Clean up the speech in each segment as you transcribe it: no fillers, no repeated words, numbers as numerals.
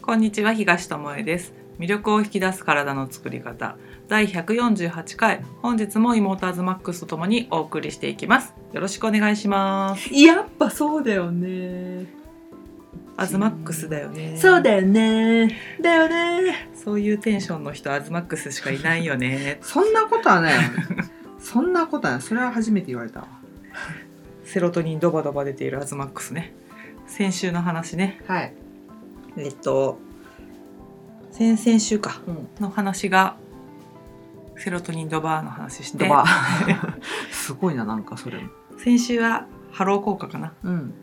こんにちは、東智恵です。魅力を引き出す体の作り方第148回、本日もイモーターズマックスとともにお送りしていきます。よろしくお願いします。 やっぱそうだよね。 アズマックスだよね。 そうだよね。だよね。 そういうテンションの人アズマックスしかいないよね。 そんなことはない。そんなことはない。それは初めて言われたわ。 セロトニンドバドバ出ているアズマックスね。先週の話ね。 はい。 先々週か、の話がセロトニンドバーの話してドバすごいな、なんかそれも。 先週はハロー効果かな、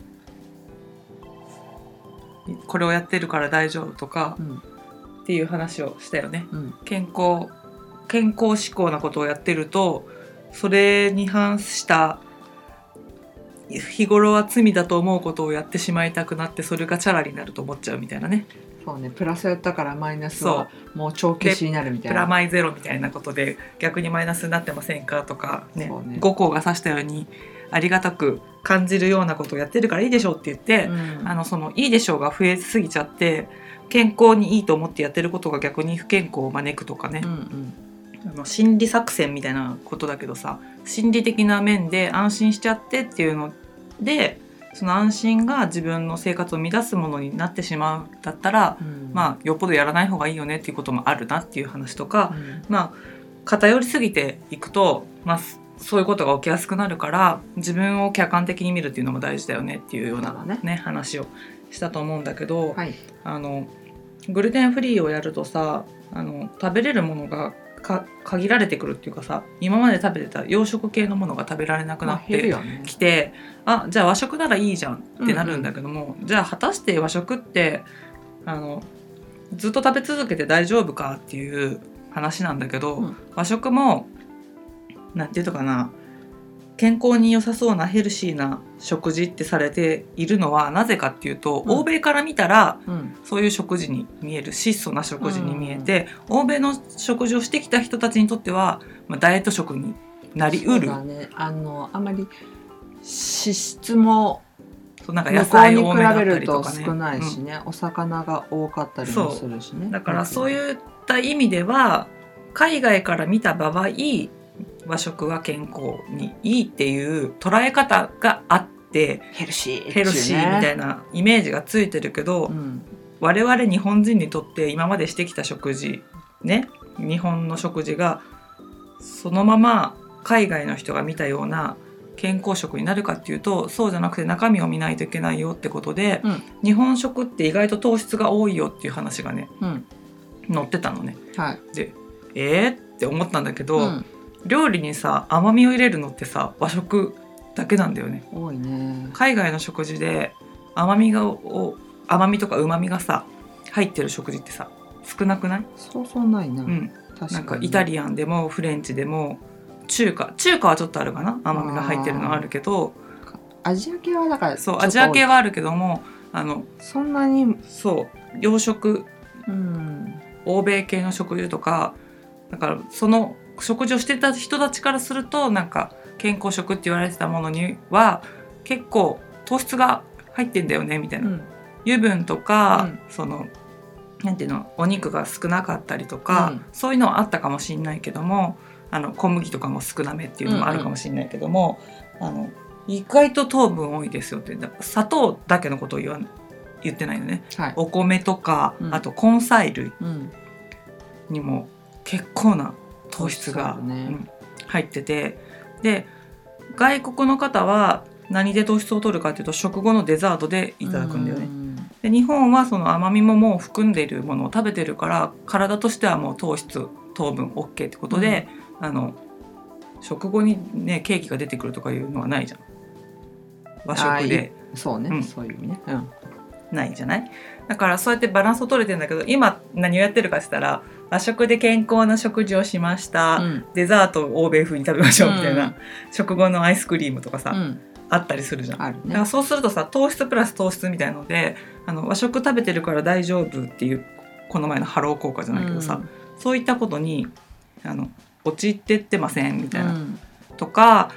これをやってるから大丈夫とか、っていう話をしたよね、健康志向なことをやってると、それに反した日頃は罪だと思うことをやってしまいたくなって、それがチャラになると思っちゃうみたいなね。 そうね、プラスやったからマイナスはもう帳消しになるみたいな。 プラマイゼロみたいなことで逆にマイナスになってませんかとかね、 五行が指したようにありがたく感じるようなことをやってるからいいでしょうって言って、そのいいでしょうが増えすぎちゃって、健康にいいと思ってやってることが逆に不健康を招くとかね、心理作戦みたいなことだけどさ、心理的な面で安心しちゃってっていうので、その安心が自分の生活を乱すものになってしまうんだったら、まあよっぽどやらない方がいいよねっていうこともあるなっていう話とか、まあ偏りすぎていくと、まあそういうことが起きやすくなるから、自分を客観的に見るっていうのも大事だよねっていうようなね話をしたと思うんだけど、グルテンフリーをやるとさ、食べれるものが限られてくるっていうかさ、今まで食べてた洋食系のものが食べられなくなってきて、じゃあ和食ならいいじゃんってなるんだけども、じゃあ果たして和食ってずっと食べ続けて大丈夫かっていう話なんだけど、和食もなんていうのかな、健康に良さそうなヘルシーな食事ってされているのはなぜかっていうと、欧米から見たら、そういう食事に見える、質素な食事に見えて、欧米の食事をしてきた人たちにとっては、ダイエット食になりうる。 そうだね、あんまり脂質もなんか野菜多めだったりとかね、 向こうに比べると少ないしね、お魚が多かったりもするしね。 だからそういった意味では、海外から見た場合和食は健康にいいっていう捉え方があって、 ヘルシーみたいなイメージがついてるけど、我々日本人にとって今までしてきた食事ね、日本の食事がそのまま海外の人が見たような健康食になるかっていうと、そうじゃなくて中身を見ないといけないよってことで、日本食って意外と糖質が多いよっていう話がね、載ってたのね。でって思ったんだけど、料理にさ甘みを入れるのってさ和食だけなんだよね。 多いね。 海外の食事で甘みとか旨みがさ入ってる食事ってさ少なくない？ そうないな。 確かになんかイタリアンでもフレンチでも中華はちょっとあるかな、甘みが入ってるのはあるけど、 アジア系はだからアジア系はあるけども、 そんなに洋食、欧米系の食事とか、だからその食事をしてた人たちからすると、なんか健康食って言われてたものには結構糖質が入ってんだよねみたいな、油分とか、そのなんていうの、お肉が少なかったりとか、そういうのはあったかもしれないけども、小麦とかも少なめっていうのもあるかもしれないけども、意外と糖分多いですよって。砂糖だけのことを言ってないのね、お米とか、あと根菜類にも結構な糖質が入ってて、で外国の方は何で糖質を取るかというと、食後のデザートでいただくんだよね。で日本はその甘みももう含んでいるものを食べてるから、体としてはもう糖分 OK ってことで、食後にねケーキが出てくるとかいうのはないじゃん、和食で。 そうね、そういうね、 ないじゃない。だからそうやってバランスを取れてるんだけど、今何をやってるかって言ったら、和食で健康な食事をしました、デザートを欧米風に食べましょうみたいな、食後のアイスクリームとかさ、あったりするじゃん。だからそうするとさ、糖質プラス糖質みたいので、和食食べてるから大丈夫っていう、この前のハロー効果じゃないけどさ、そういったことに陥ってってませんみたいな、とか、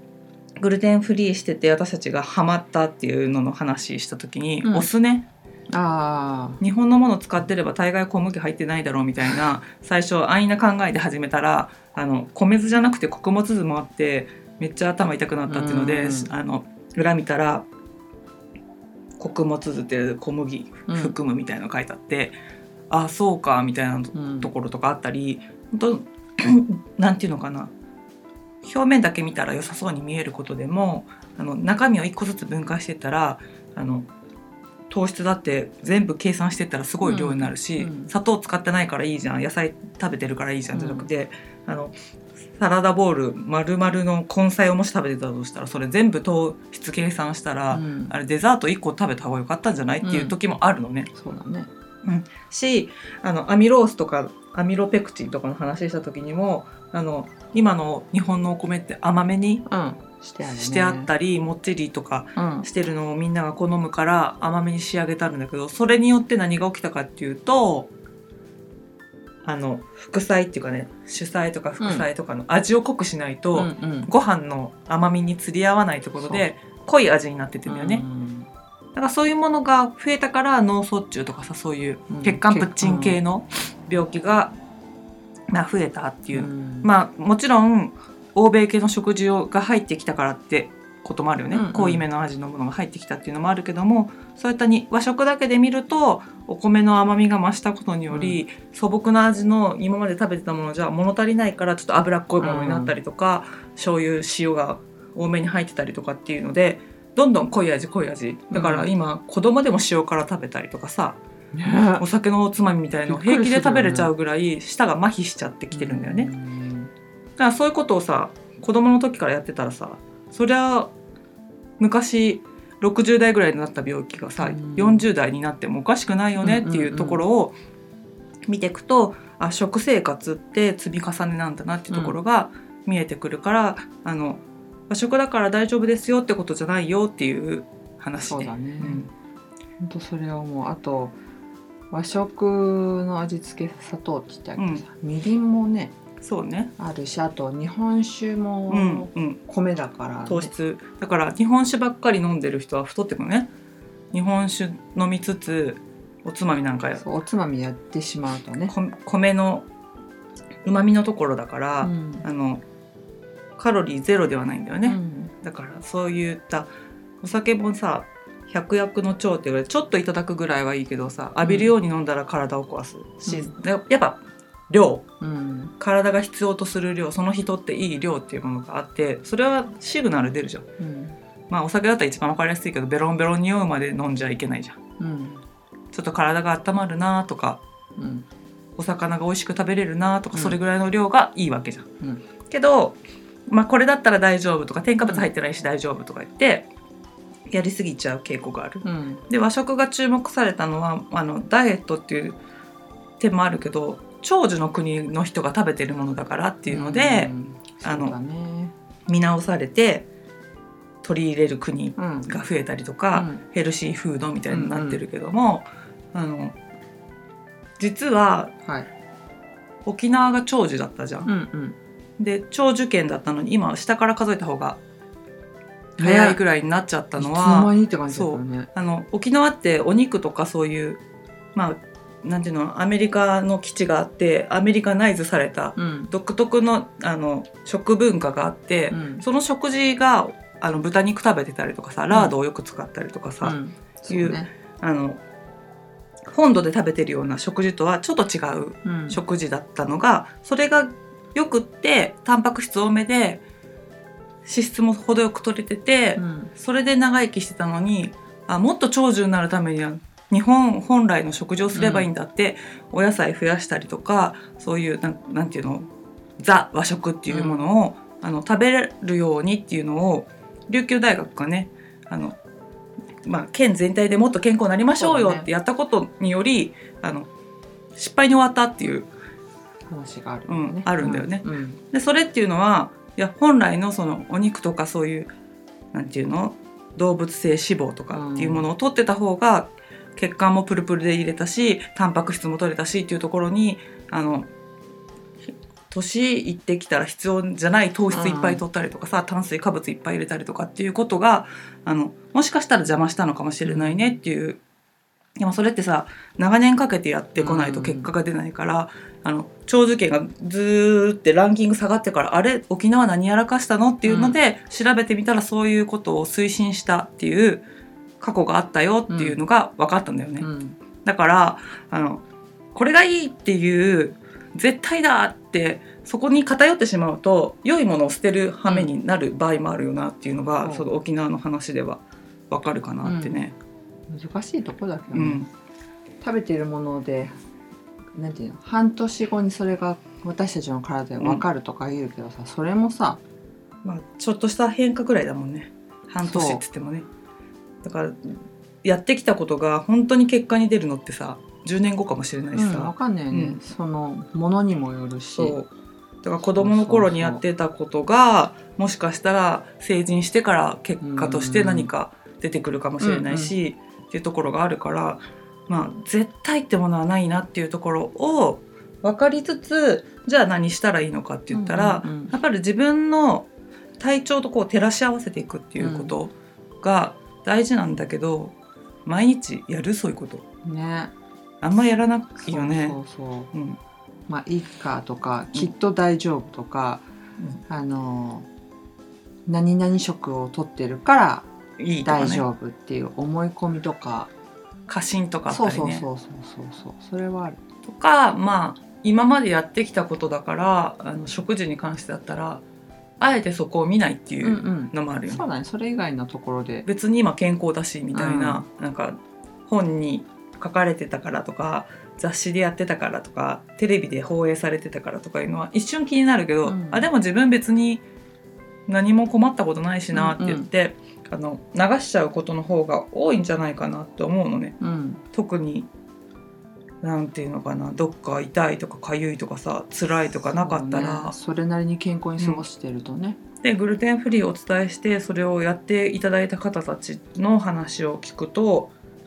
グルテンフリーしてて私たちがハマったっていうのの話した時に、お酢ね、 日本のもの使ってれば大概小麦入ってないだろうみたいな最初安易な考えで始めたら米酢じゃなくて穀物酢もあってめっちゃ頭痛くなったっていうので、裏見たら穀物酢って小麦含むみたいなの書いてあって、あそうかみたいなところとかあったり、本当なんていうのかな、表面だけ見たら良さそうに見えることでも中身を一個ずつ分解していったら糖質だって全部計算していったらすごい量になるし、砂糖使ってないからいいじゃん、野菜食べてるからいいじゃんじゃなくて、サラダボウル丸々の根菜をもし食べてたとしたらそれ全部糖質計算したら、あれデザート1個食べた方が良かったんじゃないっていう時もあるのね。 そうだね。 しアミロースとかアミロペクチンとかの話した時にも今の日本のお米って甘めにしてあったり、もっちりとかしてるのをみんなが好むから甘めに仕上げてあるんだけど、それによって何が起きたかっていうと副菜っていうかね、主菜とか副菜とかの味を濃くしないと、ご飯の甘みに釣り合わないところで濃い味になっててんだよね。だからそういうものが増えたから脳卒中とかさ、そういう血管プッチン系の病気が増えたっていう、もちろん欧米系の食事が入ってきたからってこともあるよね、濃いめの味のものが入ってきたっていうのもあるけども、そういった和食だけで見るとお米の甘みが増したことにより、素朴な味の今まで食べてたものじゃ物足りないからちょっと脂っこいものになったりとか、醤油塩が多めに入ってたりとかっていうのでどんどん濃い味だから今、子供でも塩辛食べたりとかさ、お酒のおつまみみたいの平気で食べれちゃうぐらい舌が麻痺しちゃってきてるんだよね。だからそういうことをさ子供の時からやってたらさ、そりゃ昔60代ぐらいになった病気がさ、40代になってもおかしくないよねっていうところを見ていくと、食生活って積み重ねなんだなっていうところが見えてくるから、和食だから大丈夫ですよってことじゃないよっていう話で。 そうだね、本当それはもう、あと和食の味付け砂糖って言ったっけさ、みりんもね、 そうね、 あるし、あと日本酒も米だから、ね、 糖質だから日本酒ばっかり飲んでる人は太ってくるね。日本酒飲みつつおつまみなんかおつまみやってしまうとね、 米の旨味のところだから、カロリーゼロではないんだよね、だからそういったお酒もさ、百薬の長って言われてちょっといただくぐらいはいいけどさ、浴びるように飲んだら体を壊すし、やっぱ量、体が必要とする量、その人っていい量っていうものがあって、それはシグナル出るじゃん、お酒だったら一番分かりやすいけど、ベロンベロンに酔うまで飲んじゃいけないじゃん、ちょっと体が温まるなとか、お魚が美味しく食べれるなとか、それぐらいの量がいいわけじゃん、けど、これだったら大丈夫とか、添加物入ってないし大丈夫とか言ってやりすぎちゃう傾向がある、で和食が注目されたのはダイエットっていう点もあるけど、長寿の国の人が食べてるものだからっていうので、見直されて取り入れる国が増えたりとか、ヘルシーフードみたいになってるけども、実は、沖縄が長寿だったじゃん、で長寿県だったのに今下から数えた方が早いくらいになっちゃったのは、 いつの間にって感じだったね。 沖縄ってお肉とかそういうなんていうの、アメリカの基地があってアメリカナイズされた独特の、食文化があって、その食事が豚肉食べてたりとかさ、ラードをよく使ったりとかさ、本土で食べてるような食事とはちょっと違う食事だったのが、それがよくってタンパク質多めで脂質も程よく取れてて、それで長生きしてたのに、もっと長寿になるためには日本本来の食事をすればいいんだって、お野菜増やしたりとか、そういうなんていうの、ザ和食っていうものを、食べれるようにっていうのを琉球大学がね、県全体でもっと健康になりましょうよってやったことにより、失敗に終わったっていう話があるんだよね。でそれっていうのは、いや本来のそのお肉とかそういうなんていうの、動物性脂肪とかっていうものを取ってた方が血管もプルプルで入れたし、タンパク質も取れたしっていうところに、年いってきたら必要じゃない糖質いっぱい取ったりとかさ、炭水化物いっぱい入れたりとかっていうことがもしかしたら邪魔したのかもしれないねっていうでもそれってさ長年かけてやってこないと結果が出ないから、長寿県がずーってランキング下がってからあれ沖縄何やらかしたのっていうので、調べてみたらそういうことを推進したっていう過去があったよっていうのが分かったんだよね、だからこれがいいっていう絶対だってそこに偏ってしまうと良いものを捨てる羽目になる場合もあるよなっていうのが、その沖縄の話では分かるかなってね、 難しいとこだけどね、食べてるものでなんていうの半年後にそれが私たちの体で分かるとか言うけどさ、それもさ、 ちょっとした変化ぐらいだもんね半年って言ってもね。だからやってきたことが本当に結果に出るのってさ10年後かもしれないしさ、 分かんないよね、そのものにもよるし。 そうだから子供の頃にやってたことがもしかしたら成人してから結果として何か出てくるかもしれないし、っていうところがあるから、絶対ってものはないなっていうところを分かりつつ、じゃあ何したらいいのかって言ったら、やっぱり自分の体調とこう照らし合わせていくっていうことが大事なんだけど、毎日やるそういうことね、 あんまやらないよね。 いいかとか、きっと大丈夫とか、何々食をとってるから大丈夫っていう思い込みとか過信とかあったりね。 それはあるとか、今までやってきたことだから食事に関してだったらあえてそこを見ないっていうのもあるよね。 そうだね、それ以外のところで別に今健康だしみたいな、なんか本に書かれてたからとか雑誌でやってたからとかテレビで放映されてたからとかいうのは一瞬気になるけど、でも自分別に何も困ったことないしなって言って、流しちゃうことの方が多いんじゃないかなって思うのね、特になんていうのかな、どっか痛いとかかゆいとかさ辛いとかなかったらそれなりに健康に過ごしてるとね、 でグルテンフリーをお伝えしてそれをやっていただいた方たちの話を聞くと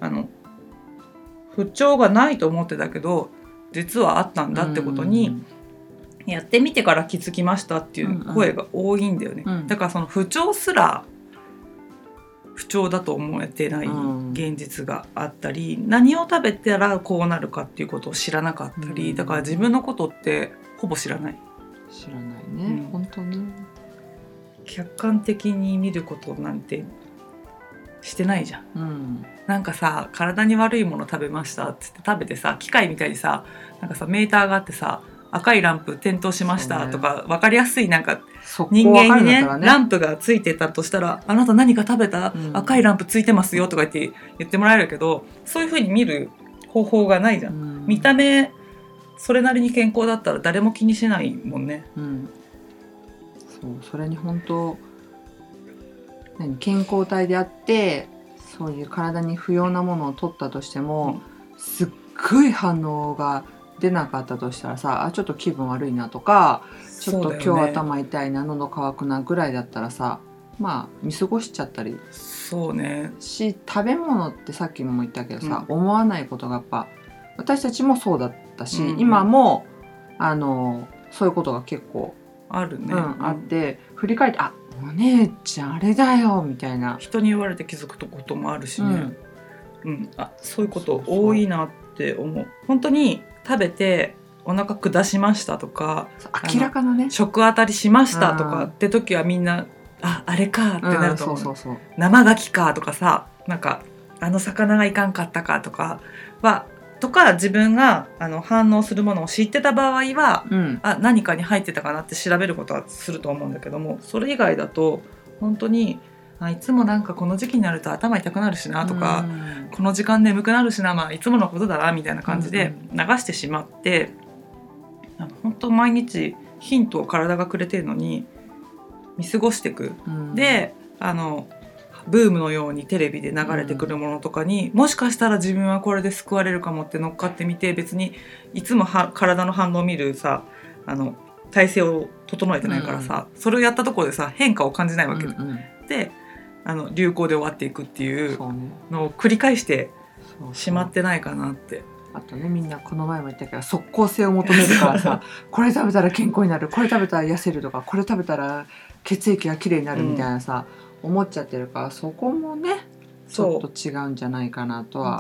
不調がないと思ってたけど実はあったんだってことに、やってみてから気づきましたっていう声が多いんだよね、だからその不調すら不調だと思えてない現実があったり、何を食べたらこうなるかっていうことを知らなかったり、だから自分のことってほぼ知らないね、 本当に客観的に見ることなんてしてないじゃん、なんかさ体に悪いもの食べましたってって食べてさ機械みたいにさなんかさメーターがあってさ赤いランプ点灯しましたとか、分かりやすいなんか人間にねランプがついてたとしたらあなた何か食べた、赤いランプついてますよとか言ってもらえるけど、そういう風に見る方法がないじゃん、見た目それなりに健康だったら誰も気にしないもんね、 それに本当健康体であってそういう体に不要なものを取ったとしても、すっごい反応が出なかったとしたらさ、ちょっと気分悪いなとか、ちょっと今日頭痛いな、喉乾くなぐらいだったらさ、見過ごしちゃったりし、食べ物ってさっきも言ったけどさ、思わないことがやっぱ私たちもそうだったし、今もそういうことが結構あるね、 あって振り返ってお姉ちゃんあれだよみたいな、 人に言われて気づくこともあるしね、そういうこと多いなって思う。本当に食べてお腹下しましたとか明らかなね食当たりしましたとかって時はみんなあれかってなると思う、生牡蠣かとかさ、なんか魚がいかんかったかとか自分が反応するものを知ってた場合は、何かに入ってたかなって調べることはすると思うんだけども、それ以外だと本当にいつもなんかこの時期になると頭痛くなるしなとか、この時間眠くなるしな、いつものことだなみたいな感じで流してしまって、本当毎日ヒントを体がくれてるのに見過ごしていく、でブームのようにテレビで流れてくるものとかに、もしかしたら自分はこれで救われるかもって乗っかってみて、別にいつも体の反応を見るさ体勢を整えてないからさ、それをやったところでさ変化を感じないわけで、流行で終わっていくっていうのを繰り返してしまってないかなって。 あとね、みんなこの前も言ったけど即効性を求めるからさこれ食べたら健康になる、これ食べたら痩せるとか、これ食べたら血液がきれいになるみたいなさ、思っちゃってるから、そこもねちょっと違うんじゃないかなとは。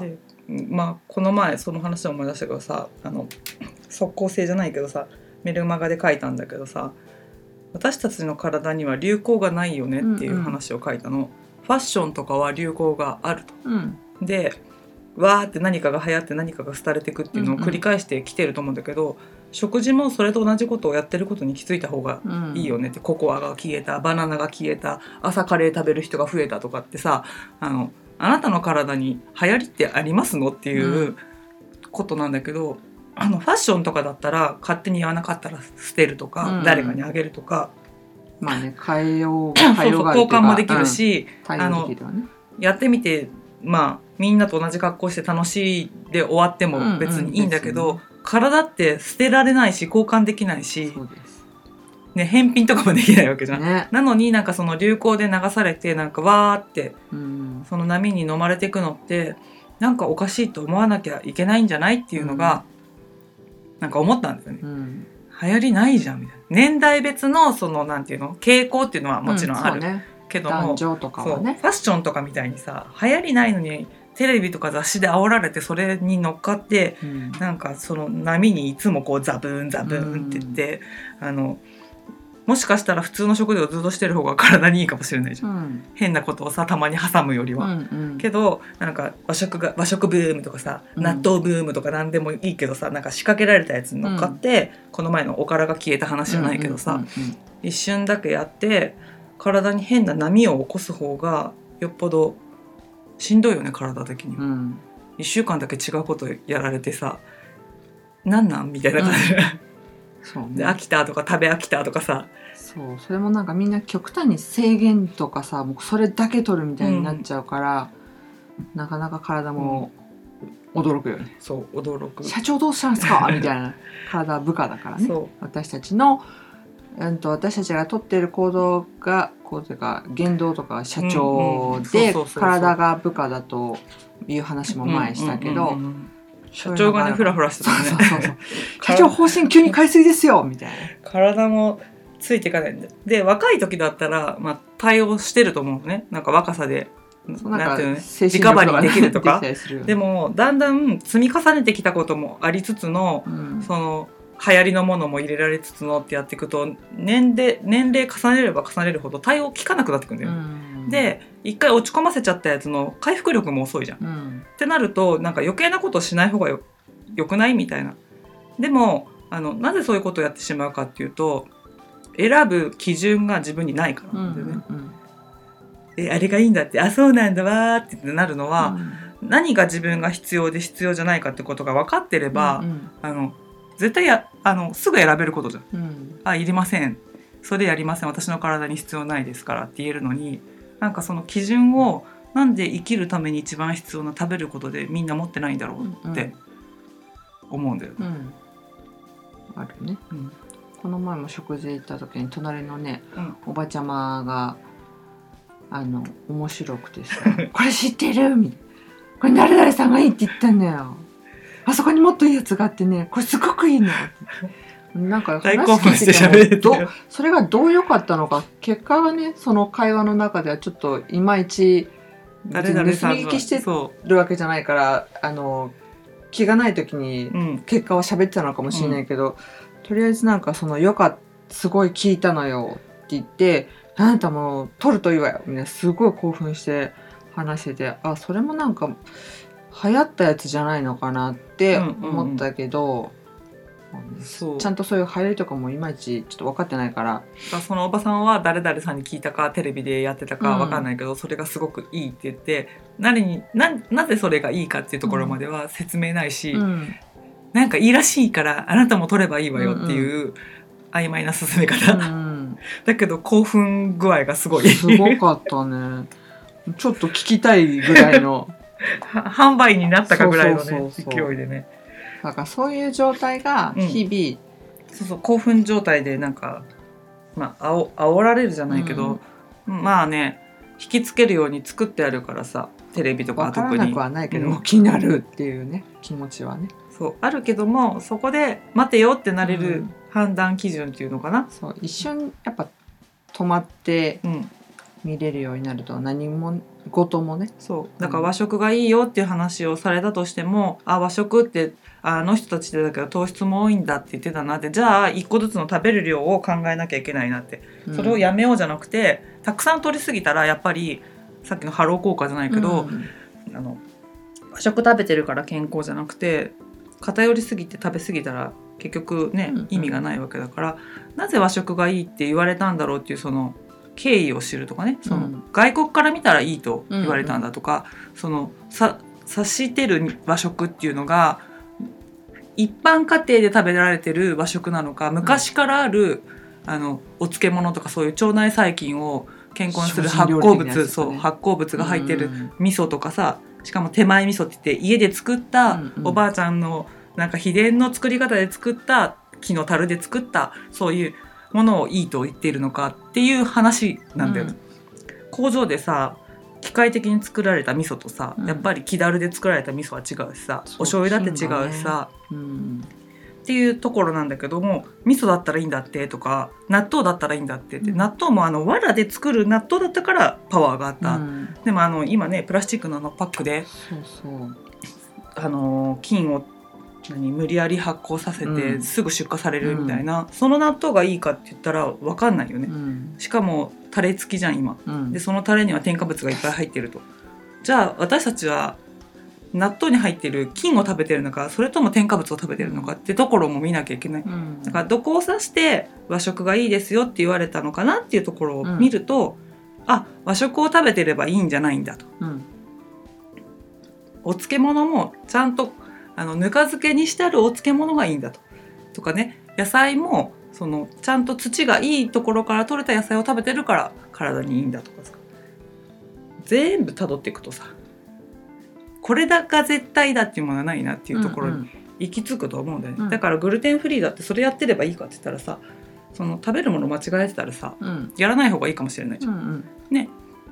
この前その話を思い出したけどさ、即効性じゃないけどさ、メルマガで書いたんだけどさ、私たちの体には流行がないよねっていう話を書いたの、ファッションとかは流行があると、でわーって何かが流行って何かが廃れていくっていうのを繰り返してきてると思うんだけど、食事もそれと同じことをやってることに気づいた方がいいよねって、ココアが消えた、バナナが消えた、朝カレー食べる人が増えたとかってさ、あなたの体に流行りってありますのっていうことなんだけど、ファッションとかだったら勝手に言わなかったら捨てるとか、誰かにあげるとか、 まあね、変えよう交換もできるし、やってみてみんなと同じ格好して楽しいで終わっても別にいいんだけど、体って捨てられないし交換できないし、ね、返品とかもできないわけじゃん、ね、なのになんかその流行で流されてなんかわーって、その波に飲まれていくのってなんかおかしいと思わなきゃいけないんじゃないっていうのが、なんか思ったんだよね、流行りないじゃんみたいな。年代別のそのなんていうの傾向っていうのはもちろんある、けども、 男女とかはね、 ファッションとかみたいにさ流行りないのにテレビとか雑誌で煽られてそれに乗っかって、なんかその波にいつもこうザブーンザブーンって言って、もしかしたら普通の食事をずっとしてる方が体にいいかもしれないじゃん、変なことをさたまに挟むよりは、けどなんか和食ブームとかさ、納豆ブームとか何でもいいけどさ、なんか仕掛けられたやつに乗っかって、この前のおからが消えた話じゃないけどさ、一瞬だけやって体に変な波を起こす方がよっぽどしんどいよね、体的に、1週間だけ違うことやられてさ、なんみたいな感じで、そうね、で飽きたとか食べ飽きたとかさ、 それもなんかみんな極端に制限とかさ、もうそれだけ取るみたいになっちゃうから、なかなか体も驚くよね、 そう驚く。 社長どうしたんですかみたいな。体は部下だからね。私たちの私たちが取っている行動がこうというか言動とか社長で、体が部下だという話も前したけど、 社長がねフラフラしてたね。 社長方針急に変えすぎですよみたいな。 体もついていかないんで、で若い時だったら、対応してると思うね。なんか若さでなんていうの、リカバリーできるとかでもだんだん積み重ねてきたこともありつつの、その流行りのものも入れられつつのってやっていくと、年齢重ねれば重ねるほど対応効かなくなってくるんだよ、で一回落ち込ませちゃったやつの回復力も遅いじゃん、ってなるとなんか余計なことをしない方がよくないみたいな。でもなぜそういうことをやってしまうかっていうと、選ぶ基準が自分にないからなんだよね、あれがいいんだって、あそうなんだわーってなるのは、何が自分が必要で必要じゃないかってことが分かってれば、絶対すぐ選べることじゃん、いりません、それやりません、私の体に必要ないですからって言えるのに、なんかその基準をなんで生きるために一番必要な食べることでみんな持ってないんだろうって思うんだよね、 あるね、この前も食事行った時に隣のね、おばちゃまが面白くてさこれ知ってるみたいな、これ誰々さんがいいって言ったんだよ、あそこにもっといいやつがあってね、これすごくいいのなんか大興奮して喋れて、 それがどう良かったのか、結果がねその会話の中ではちょっといまいち盗み聞きしてるわけじゃないから、気がない時に結果は喋ってたのかもしれないけど、とりあえずなんかすごい聞いたのよって言って、あなたも取るといいわよみんなすごい興奮して話してて、それもなんか流行ったやつじゃないのかなって思ったけど、ちゃんとそういう流行りとかもいまいちちょっと分かってないから、 そのおばさんは誰々さんに聞いたかテレビでやってたか分かんないけど、それがすごくいいって言って、なぜそれがいいかっていうところまでは説明ないし、なんかいいらしいからあなたも取ればいいわよっていう曖昧な進め方、だけど興奮具合がすごいすごかったね。ちょっと聞きたいぐらいの販売になったかぐらいのね勢いでね。 だからそういう状態が日 々、興奮状態でなんか煽られるじゃないけど、引きつけるように作ってあるからさ、テレビとかは特に分からなくはないけど、気になるっていうね気持ちはねあるけども、そこで待てよってなれる判断基準っていうのかな、 一瞬やっぱ止まって、 見れるようになると何事もね。 そうだから和食がいいよっていう話をされたとしても、和食ってあの人たちでだけど糖質も多いんだって言ってたなって、じゃあ1個ずつの食べる量を考えなきゃいけないなって、それをやめようじゃなくて、たくさん取りすぎたらやっぱりさっきのハロー効果じゃないけど、和食食べてるから健康じゃなくて、偏りすぎて食べ過ぎたら結局ね、意味がないわけだから、なぜ和食がいいって言われたんだろうっていうその経緯を知るとかね、その外国から見たらいいと言われたんだとか、その察してる和食っていうのが一般家庭で食べられてる和食なのか、昔からある、お漬物とかそういう腸内細菌を健康にする発酵物、そう発酵物が入ってる味噌とかさ、しかも手前味噌って言って家で作った、おばあちゃんのなんか秘伝の作り方で作った木の樽で作ったそういうものをいいと言っているのかっていう話なんだよ、工場でさ機械的に作られた味噌とさ、やっぱり木樽で作られた味噌は違うしさ、お醤油だって違うしさ、っていうところなんだけども、味噌だったらいいんだってとか納豆だったらいいんだってって、納豆も藁で作る納豆だったからパワーがあった、でも今ねプラスチックのパックで菌を無理やり発酵させてすぐ出荷されるみたいな、その納豆がいいかって言ったら分かんないよね、しかもタレ付きじゃん今、でそのタレには添加物がいっぱい入ってると、じゃあ私たちは納豆に入ってる菌を食べてるのか、それとも添加物を食べてるのかってところも見なきゃいけない、だからどこを指して和食がいいですよって言われたのかなっていうところを見ると、和食を食べてればいいんじゃないんだと、お漬物もちゃんとぬか漬けにしてあるお漬物がいいんだとかね、野菜もそのちゃんと土がいいところから取れた野菜を食べてるから体にいいんだとかさ、全部辿っていくとさ、これだが絶対だっていうものはないなっていうところに行き着くと思うんだよね、だからグルテンフリーだってそれやってればいいかって言ったらさ、その食べるもの間違えてたらさ、やらない方がいいかもしれないじゃん、ね、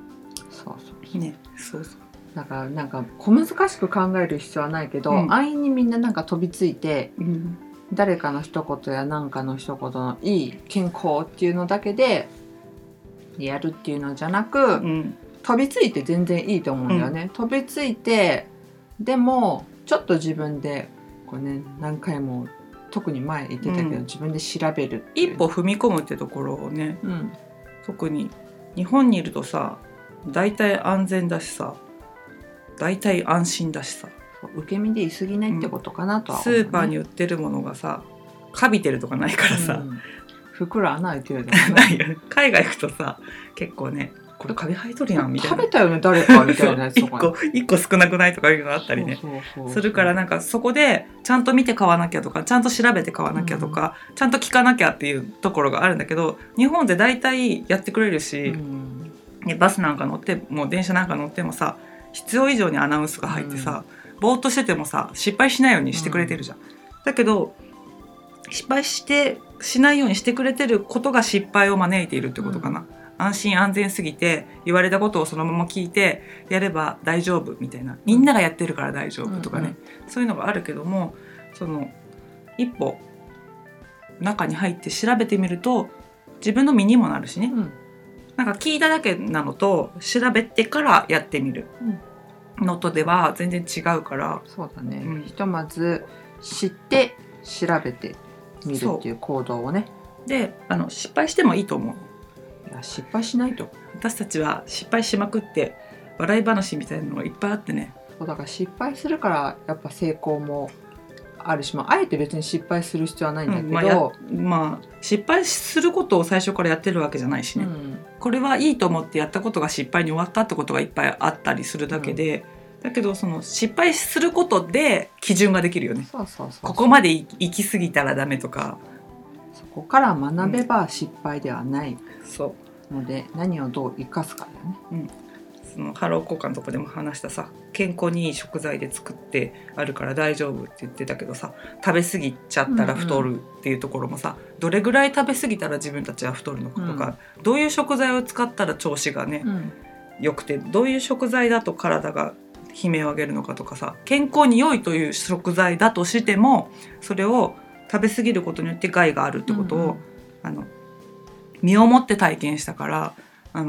そうだからなんか小難しく考える必要はないけど、安易にみんななんか飛びついて、誰かの一言や何かの一言のいい健康っていうのだけでやるっていうのじゃなく、飛びついて全然いいと思うんだよね、飛びついてでもちょっと自分でこうね、何回も特に前言ってたけど、自分で調べる一歩踏み込むってところをね、特に日本にいるとさ、大体安全だしさ、大体安心だしさ、 受け身でいすぎないってことかなとは思う、 スーパーに売ってるものがさカビてるとかないからさ、 袋穴開いてるないよ。海外行くとさ結構ね、これカビ生えとるやんみたいな、 食べたよね誰かみたいなやつとか 1個少なくないとかいうのがあったりねするから、なんかそこでちゃんと見て買わなきゃとか、ちゃんと調べて買わなきゃとか、ちゃんと聞かなきゃっていうところがあるんだけど、日本で大体やってくれるし、バスなんか乗っても電車なんか乗ってもさ、必要以上にアナウンスが入ってさ、ぼーっとしててもさ失敗しないようにしてくれてるじゃん、だけど失敗しないようにしてくれてることが失敗を招いているってことかな、安心安全すぎて言われたことをそのまま聞いてやれば大丈夫みたいな、みんながやってるから大丈夫とかね、そういうのがあるけども、その一歩中に入って調べてみると自分の身にもなるしね、なんか聞いただけなのと調べてからやってみるのとでは全然違うから、 そうだね、ひとまず知って調べてみるっていう行動をね、 で失敗してもいいと思う。 いや失敗しないと、 私たちは失敗しまくって笑い話みたいなのがいっぱいあってね、 そうだから失敗するからやっぱ成功もあるし、あえて別に失敗する必要はないんだけど、 失敗することを最初からやってるわけじゃないしね、これはいいと思ってやったことが失敗に終わったってことがいっぱいあったりするだけで、だけどその失敗することで基準ができるよね。ここまで行き過ぎたらダメとか、 そこから学べば失敗ではないので、何をどう生かすかだよね。 そのハロー効果のとこでも話したさ、健康にいい食材で作ってあるから大丈夫って言ってたけどさ、食べ過ぎちゃったら太るっていうところもさ、どれぐらい食べ過ぎたら自分たちは太るのかとか、どういう食材を使ったら調子がね、良くて、どういう食材だと体が悲鳴を上げるのかとかさ、健康に良いという食材だとしてもそれを食べ過ぎることによって害があるってことを、身をもって体験したから、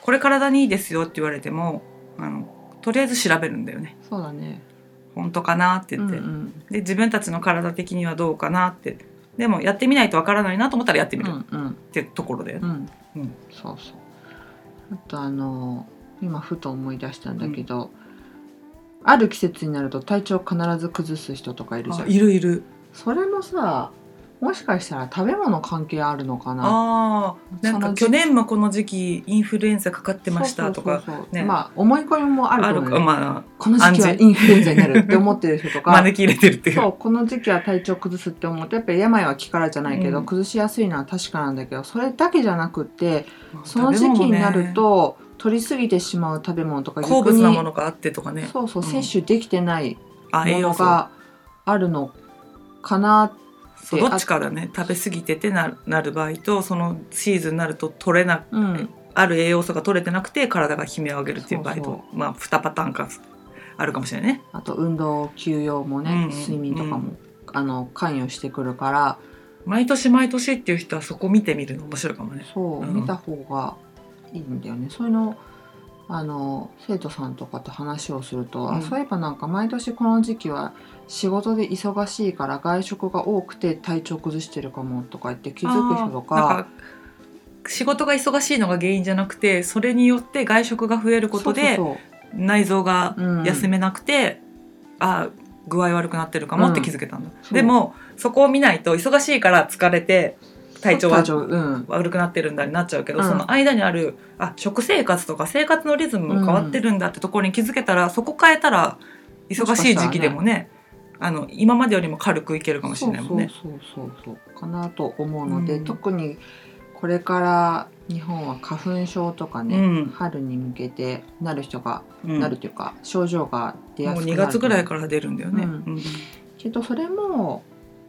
これ体にいいですよって言われてもとりあえず調べるんだよね。 そうだね。 本当かなって言って、 うんうん、 で自分たちの体的にはどうかなって、でもやってみないとわからないなと思ったらやってみるっていうところで、 うんうん、そうそう。あと今ふと思い出したんだけど、ある季節になると体調必ず崩す人とかいるじゃん。 いるいる。 それもさ、もしかしたら食べ物関係あるのかな。 なんか去年もこの時期インフルエンザかかってましたとか、 まあ思い込みもあると思う、ね、 まあ、 この時期はインフルエンザになるって思ってる人とか招き入れてるっていう。 そう、この時期は体調崩すって思うとやっぱり病は気からじゃないけど、崩しやすいのは確かなんだけど、それだけじゃなくってその時期になると取りすぎてしまう食べ物とか好物なものがあってとかね、 そうそう、摂取できてないものがあるのかなって。 どっちかだね。食べ過ぎててなる場合と、そのシーズンになると取れな、ある栄養素が取れてなくて体が悲鳴を上げるっていう場合と、まあ2パターンかあるかもしれないね。 あと運動休養もね、睡眠とかも関与してくるから、 毎年毎年っていう人はそこ見てみるの面白いかもね。 そう、見た方がいいんだよね。そういうの生徒さんとかと話をすると、そういえばなんか毎年この時期は仕事で忙しいから外食が多くて体調崩してるかもとか言って気づく人とか、 仕事が忙しいのが原因じゃなくて、それによって外食が増えることで内臓が休めなくて、具合悪くなってるかもって気づけたんだ。でもそこを見ないと忙しいから疲れて体調は悪くなってるんだになっちゃうけど、その間にある食生活とか生活のリズムも変わってるんだってところに気づけたら、そこ変えたら忙しい時期でもね、今までよりも軽くいけるかもしれないもんね。 そうかなと思うので、特にこれから日本は花粉症とかね、春に向けてなる人が、なるというか症状が出やすくなる。 もう2月ぐらいから出るんだよね。 けどそれも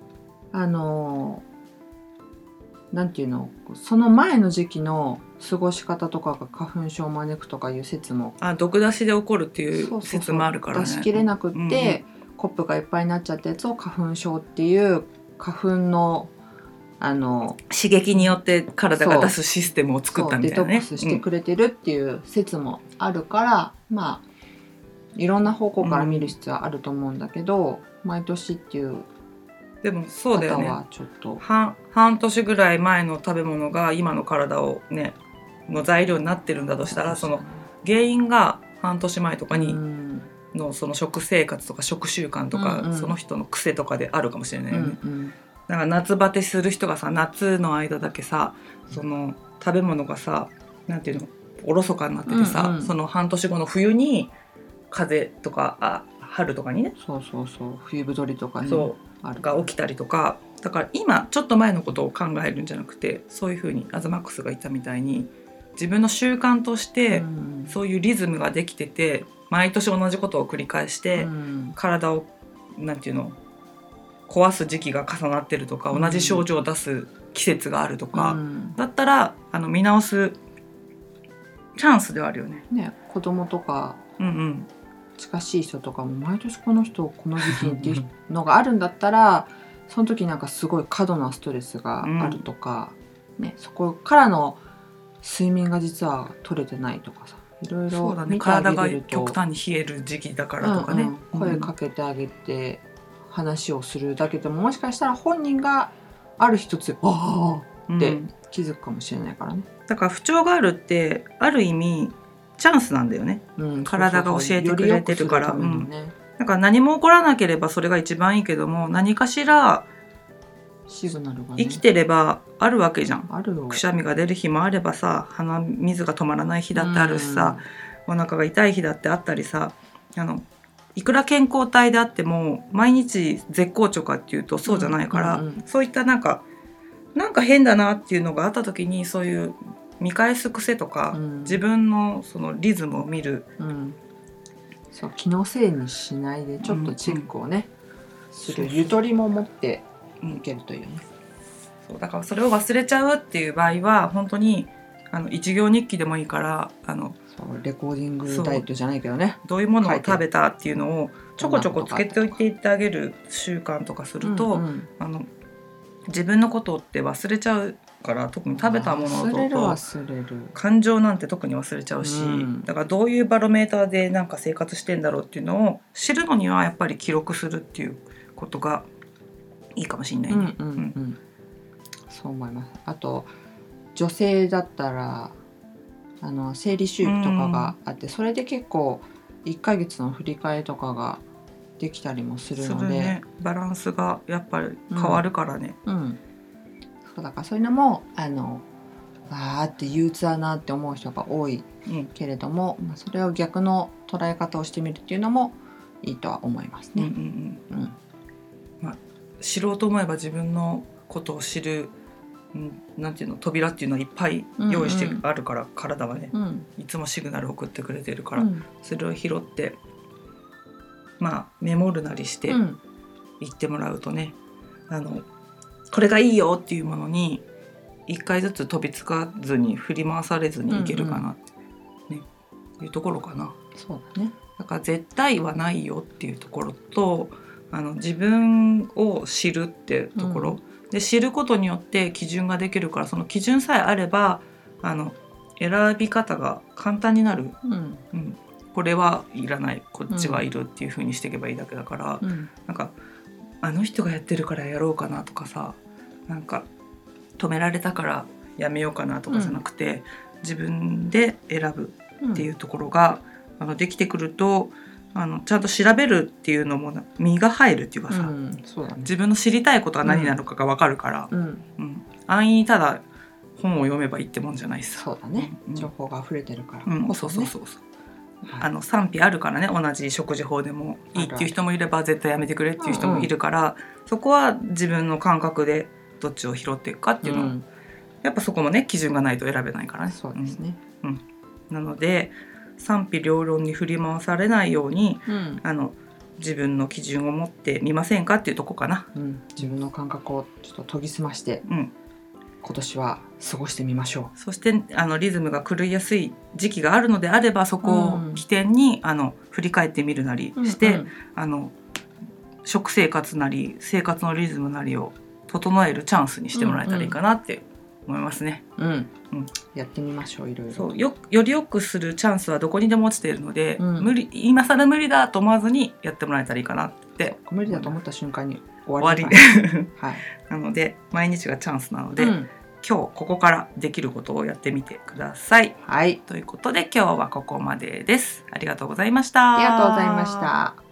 なんていうの、その前の時期の過ごし方とかが花粉症を招くとかいう説も、 毒出しで起こるっていう説もあるからね。 出し切れなくって、コップがいっぱいになっちゃったやつを花粉症っていう花粉の刺激によって体が出すシステムを作ったみたいなね。 デトックスしてくれてるっていう説もあるから、まあいろんな方向から見る必要はあると思うんだけど、毎年っていうでもそうだよね。 ちょっと半年ぐらい前の食べ物が今の体をねの材料になってるんだとしたら、その原因が半年前とかにのその食生活とか食習慣とか、その人の癖とかであるかもしれないよね。だから夏バテする人がさ、夏の間だけさ、その食べ物がさ、なんていうの、おろそかになっててさ、その半年後の冬に風邪とか春とかにね、 冬太りとかね、 が起きたりとか。だから今ちょっと前のことを考えるんじゃなくて、そういうふうにアズマックスが言ったみたいに自分の習慣としてそういうリズムができてて、毎年同じことを繰り返して体をなんていうの壊す時期が重なってるとか、同じ症状を出す季節があるとか、だったら見直すチャンスではあるよね。 子供とか、近しい人とかも毎年この人この時期っていうのがあるんだったらその時なんかすごい過度なストレスがあるとか、そこからの睡眠が実は取れてないとかさ、いろいろ見てあげると、 体が極端に冷える時期だからとかね、 声かけてあげて話をするだけでも、もしかしたら本人がある一つって気づくかもしれないからね。 だから不調があるってある意味チャンスなんだよね、体が教えてくれてるから。だから何も起こらなければそれが一番いいけども、何かしらシグナルが、 生きてればあるわけじゃん。くしゃみが出る日もあればさ、鼻水が止まらない日だってあるしさ、お腹が痛い日だってあったりさ、いくら健康体であっても毎日絶好調かっていうとそうじゃないから、そういったなんか変だなっていうのがあった時に、そういう見返す癖とか、自分のそのリズムを見る、 そう、気のせいにしないでちょっとチェックをね、するゆとりも持っていけるというね。 そうだからそれを忘れちゃうっていう場合は本当に一行日記でもいいからレコーディングダイエットじゃないけどね、 どういうものを食べたっていうのをちょこちょこつけておいていってあげる習慣とかすると、自分のことって忘れちゃうから特に食べたものと忘れる感情なんて特に忘れちゃうし、だからどういうバロメーターでなんか生活してんだろうっていうのを知るのにはやっぱり記録するっていうことがいいかもしれないね。 そう思います。あと女性だったら生理周期とかがあって、それで結構1ヶ月の振り返りとかができたりもするので、 ね、バランスがやっぱり変わるからね。 そうだからそういうのもって憂鬱だなって思う人が多いけれども、それを逆の捉え方をしてみるっていうのもいいとは思いますね。 知ろうと思えば自分のことを知る、なんていうの扉っていうのはいっぱい用意してあるから、体はね、いつもシグナルを送ってくれてるから、それを拾ってメモるなりして言ってもらうとね、これがいいよっていうものに一回ずつ飛びつかずに振り回されずにいけるかなって、いうところかな。 そうだね。 だから絶対はないよっていうところと、自分を知るっていうところ、で知ることによって基準ができるから、その基準さえあれば選び方が簡単になる、これはいらない、こっちはいるっていう風にしていけばいいだけだから、なんかあの人がやってるからやろうかなとかさ、なんか止められたからやめようかなとかじゃなくて、自分で選ぶっていうところが、できてくるとちゃんと調べるっていうのも身が入るっていうかさ、 そうだね、 自分の知りたいことが何なのかが分かるから、安易にただ本を読めばいいってもんじゃないさ。 そうだね、情報が溢れてるから、 そう賛否あるからね、同じ食事法でもいいっていう人もいれば絶対やめてくれっていう人もいるから、そこは自分の感覚でどっちを拾っていくかっていうのを、やっぱそこもね基準がないと選べないからね。 そうですね、 なので賛否両論に振り回されないように、自分の基準を持ってみませんかっていうとこかな。 自分の感覚をちょっと研ぎ澄まして、今年は過ごしてみましょう。 そしてリズムが狂いやすい時期があるのであれば、そこを起点に振り返ってみるなりして、食生活なり生活のリズムなりを整えるチャンスにしてもらえたらいいかなって思いますね。 やってみましょう。いろいろそうより良くするチャンスはどこにでも落ちているので、今更無理だと思わずにやってもらえたらいいかなって。 無理だと思った瞬間に終わりなので毎日がチャンスなので、今日ここからできることをやってみてください。ということで今日はここまでです。ありがとうございました。 ありがとうございました。